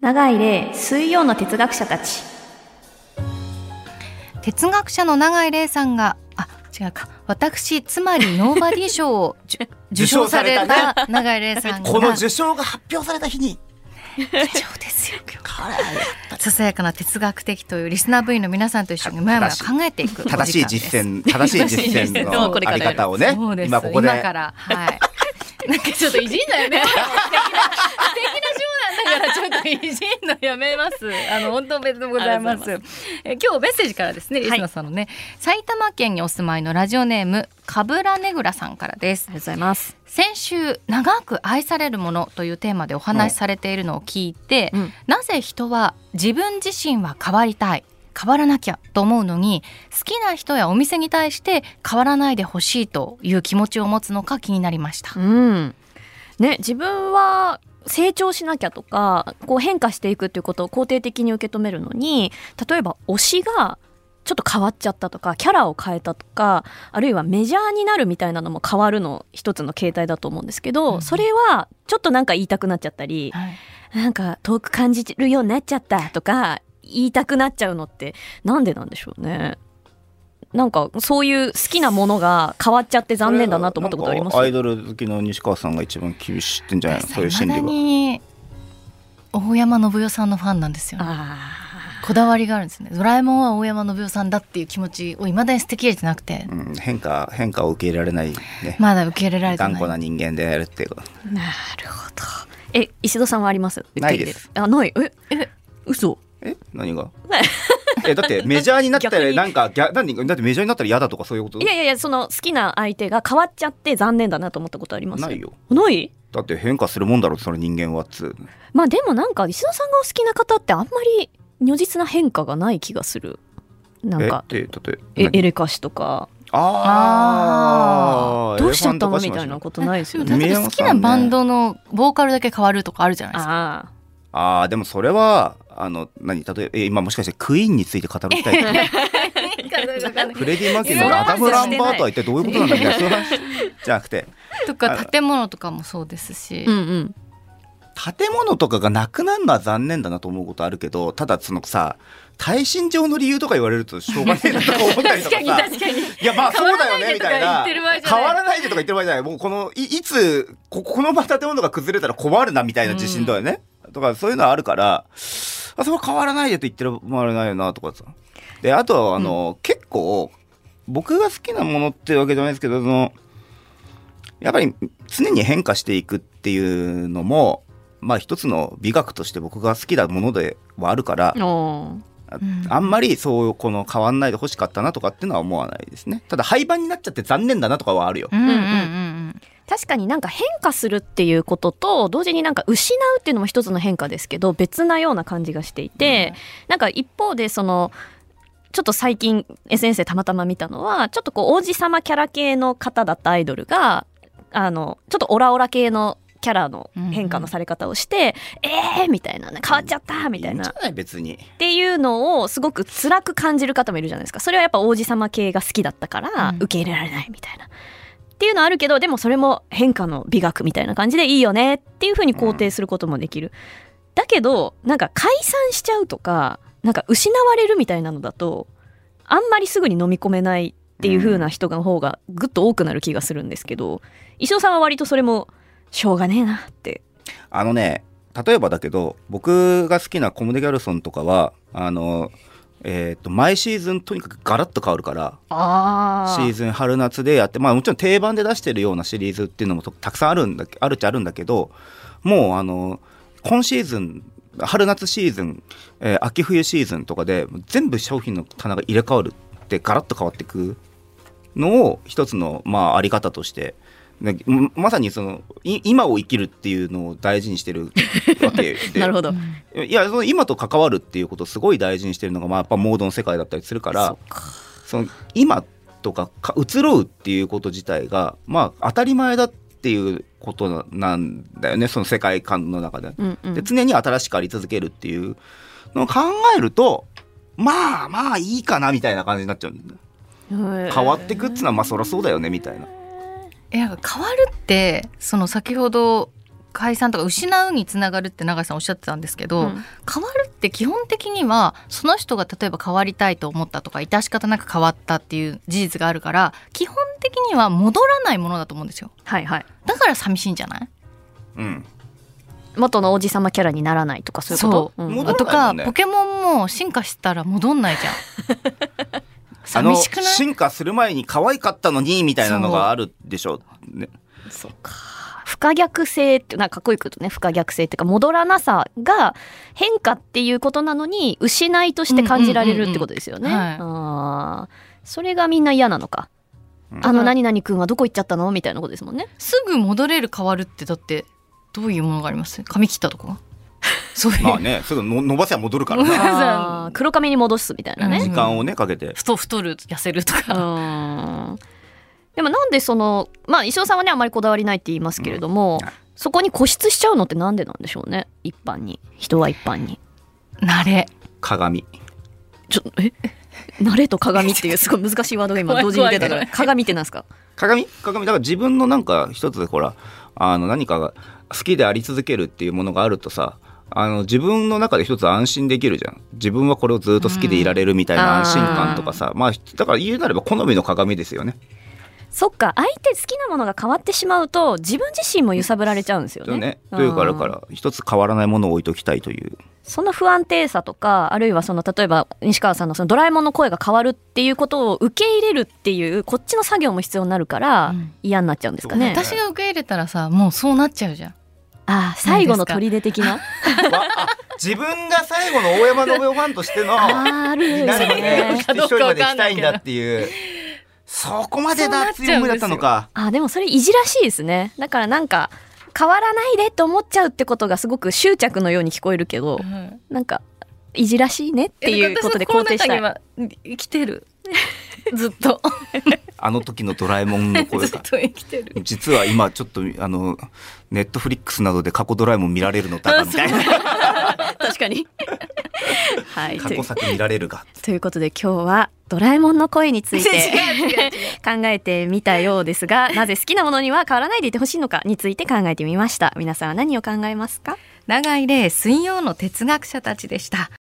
永井玲、水曜の哲学者たち。 哲学者の永井玲さんが違うか、私つまりノーバディ賞を受賞された永井玲さんがこの受賞が発表された日に受賞ですよ。ささやかな哲学的というリスナー部員の皆さんと一緒にもやもや考えていく正しい実践のあり方をね、今ここで今からなんかちょっといじんのやめよう。素敵な賞なんだからちょっといじんのやめます。本当おめでとうございます。今日メッセージからですね、リスナーさんのね、埼玉県にお住まいのラジオネームかぶらねぐらさんからです。 ありがとうございます。 先週長く愛されるものというテーマでお話しされているのを聞いて、なぜ人は自分自身は変わりたい、変わらなきゃと思うのに好きな人やお店に対して変わらないでほしいという気持ちを持つのか気になりました。 自分は成長しなきゃとかこう変化していくっていうことを肯定的に受け止めるのに、例えば推しがちょっと変わっちゃったとかキャラを変えたとか、あるいはメジャーになるみたいなのも変わるの一つの形態だと思うんですけど、それはちょっとなんか言いたくなっちゃったり、なんか遠く感じるようになっちゃったとか言いたくなっちゃうのってなんでなんでしょうね。なんかそういう好きなものが変わっちゃって残念だなと思ったことあります？ アイドル好きの西川さんが一番厳しいってんじゃないの、そういう心理は。 未だに大山信代さんのファンなんですよ、ね。こだわりがあるんですね。ドラえもんは大山信代さんだっていう気持ちを未だに捨てきれてなくて、 変化を受け入れられない、ね、 まだ受け入れられてない頑固な人間でやるっていうこと。 なるほど。石戸さんはあります？ ないです。 ない。嘘。 何がだってメジャーになったらなんかだってメジャーになったら嫌だとかそういうこと？ いやその好きな相手が変わっちゃって残念だなと思ったことあります？ ないよ。 ない？ だって変化するもんだろその人間はっつ。 まあでもなんか石戸さんがお好きな方ってあんまり如実な変化がない気がする。なんかエレカシとかどうしちゃったのみたいなことないですよね。 例えば好きなバンドのボーカルだけ変わるとかあるじゃないですか。 でもそれは例えば今もしかしてクイーンについて語りたいフレディ・マーキュリーのアダム・ランバートは一体どういうことなんだみたいなそういう話じゃなくてとか建物とかもそうですし、 建物とかがなくなるのは残念だなと思うことあるけど、ただそのさ耐震上の理由とか言われるとしょうがねえなとか思ったりとかさいやまあそうだよねみたいな、変わらないでとか言ってる場合じゃない。もうこのいつこの建物が崩れたら困るなみたいな自信だよね、とかそういうのはあるからそれ変わらないでと言ってるもあれないよなとかさ。であとは結構僕が好きなものってわけじゃないですけどやっぱり常に変化していくっていうのもまあ一つの美学として僕が好きなものではあるから、あんまりこの変わんないで欲しかったなとかっていうのは思わないですね。ただ廃盤になっちゃって残念だなとかはあるよ。 確かになんか変化するっていうことと同時になんか失うっていうのも一つの変化ですけど別なような感じがしていて、なんか一方でちょっと最近 SNS でたまたま見たのはちょっと王子様キャラ系の方だったアイドルがちょっとオラオラ系のキャラの変化のされ方をして、みたいな、変わっちゃったみたいな、 別にっていうのをすごく辛く感じる方もいるじゃないですか。それはやっぱ王子様系が好きだったから受け入れられないみたいな、っていうのはあるけど、でもそれも変化の美学みたいな感じでいいよねっていう風に肯定することもできる、だけどなんか解散しちゃうとかなんか失われるみたいなのだとあんまりすぐに飲み込めないっていう風な人の方がぐっと多くなる気がするんですけど、石尾さんは割とそれもしょうがねえなって。 例えばだけど僕が好きなコムデ・ギャルソンとかは毎シーズンとにかくガラッと変わるからシーズン春夏でやって、もちろん定番で出してるようなシリーズっていうのもたくさんあるっちゃあるんだけど、もう今シーズン春夏シーズン、秋冬シーズンとかで全部商品の棚が入れ替わるってガラッと変わっていくのを一つのあり方としてまさに今を生きるっていうのを大事にしてるわけでなるほど。 いや今と関わるっていうことをすごい大事にしてるのが、やっぱモードの世界だったりするから、今とか移ろうっていうこと自体が当たり前だっていうことなんだよね、その世界観の中で、で常に新しくあり続けるっていうのを考えるといいかなみたいな感じになっちゃうんだよ。変わってくっていうのはそりゃそうだよねみたいな。 変わるって先ほど解散とか失うにつながるって永井さんおっしゃってたんですけど、変わるって基本的にはその人が例えば変わりたいと思ったとか致し方なく変わったっていう事実があるから、基本的には戻らないものだと思うんですよ。 はいはい。 だから寂しいんじゃない？ 元の王子様キャラにならないとかそういうこと？ 戻らないもんね。 とかポケモンも進化したら戻んないじゃん寂しくない？ 進化する前に可愛かったのにみたいなのがあるでしょうね。 そうか。不可逆性ってなんかかっこよく言うとね、不可逆性っていうか戻らなさが変化っていうことなのに失いとして感じられるってことですよね。それがみんな嫌なのか。何々くんはどこ行っちゃったのみたいなことですもんね。 すぐ戻れる変わるってだってどういうものがあります？髪切ったとかそういうまあね、すぐ伸ばせば戻るからね。 黒髪に戻すみたいなね、 時間をねかけて太る痩せるとか。 でもなんで石尾さんはねあまりこだわりないって言いますけれども、そこに固執しちゃうのってなんでなんでしょうね。人は一般に慣れ鏡慣れと鏡っていうすごい難しいワードが今同時に出たから鏡ってなんですか？鏡だから自分のなんか一つでほら何かが好きであり続けるっていうものがあるとさ、自分の中で一つ安心できるじゃん。自分はこれをずっと好きでいられるみたいな安心感とかさ、だから言うなれば好みの鏡ですよね。 そっか、相手好きなものが変わってしまうと自分自身も揺さぶられちゃうんですよね。 というから一つ変わらないものを置いときたいという。 その不安定さとか、あるいは例えば西川さんのドラえもんの声が変わるっていうことを受け入れるっていうこっちの作業も必要になるから嫌になっちゃうんですかね。 私が受け入れたらさ、もうそうなっちゃうじゃん。 最後の砦的な自分が最後の大山信夫ファンとしてのあるんですね。 一人まで行きたいんだっていうそこまでだっていう思いだったのか。 でもそれいじらしいですね。だからなんか変わらないでって思っちゃうってことがすごく執着のように聞こえるけど、なんかいじらしいねっていうことで肯定したい。 私この中には生きてるずっとあの時のドラえもんの声がずっと生きてる。 実は今ちょっとネットフリックスなどで過去ドラえもん見られるのだがみたいな確かにはい過去作見られるがということで今日はドラえもんの声について考えてみたようですが、なぜ好きなものには変わらないでいてほしいのかについて考えてみました。皆さんは何を考えますか？ 永井玲水曜の哲学者たちでした。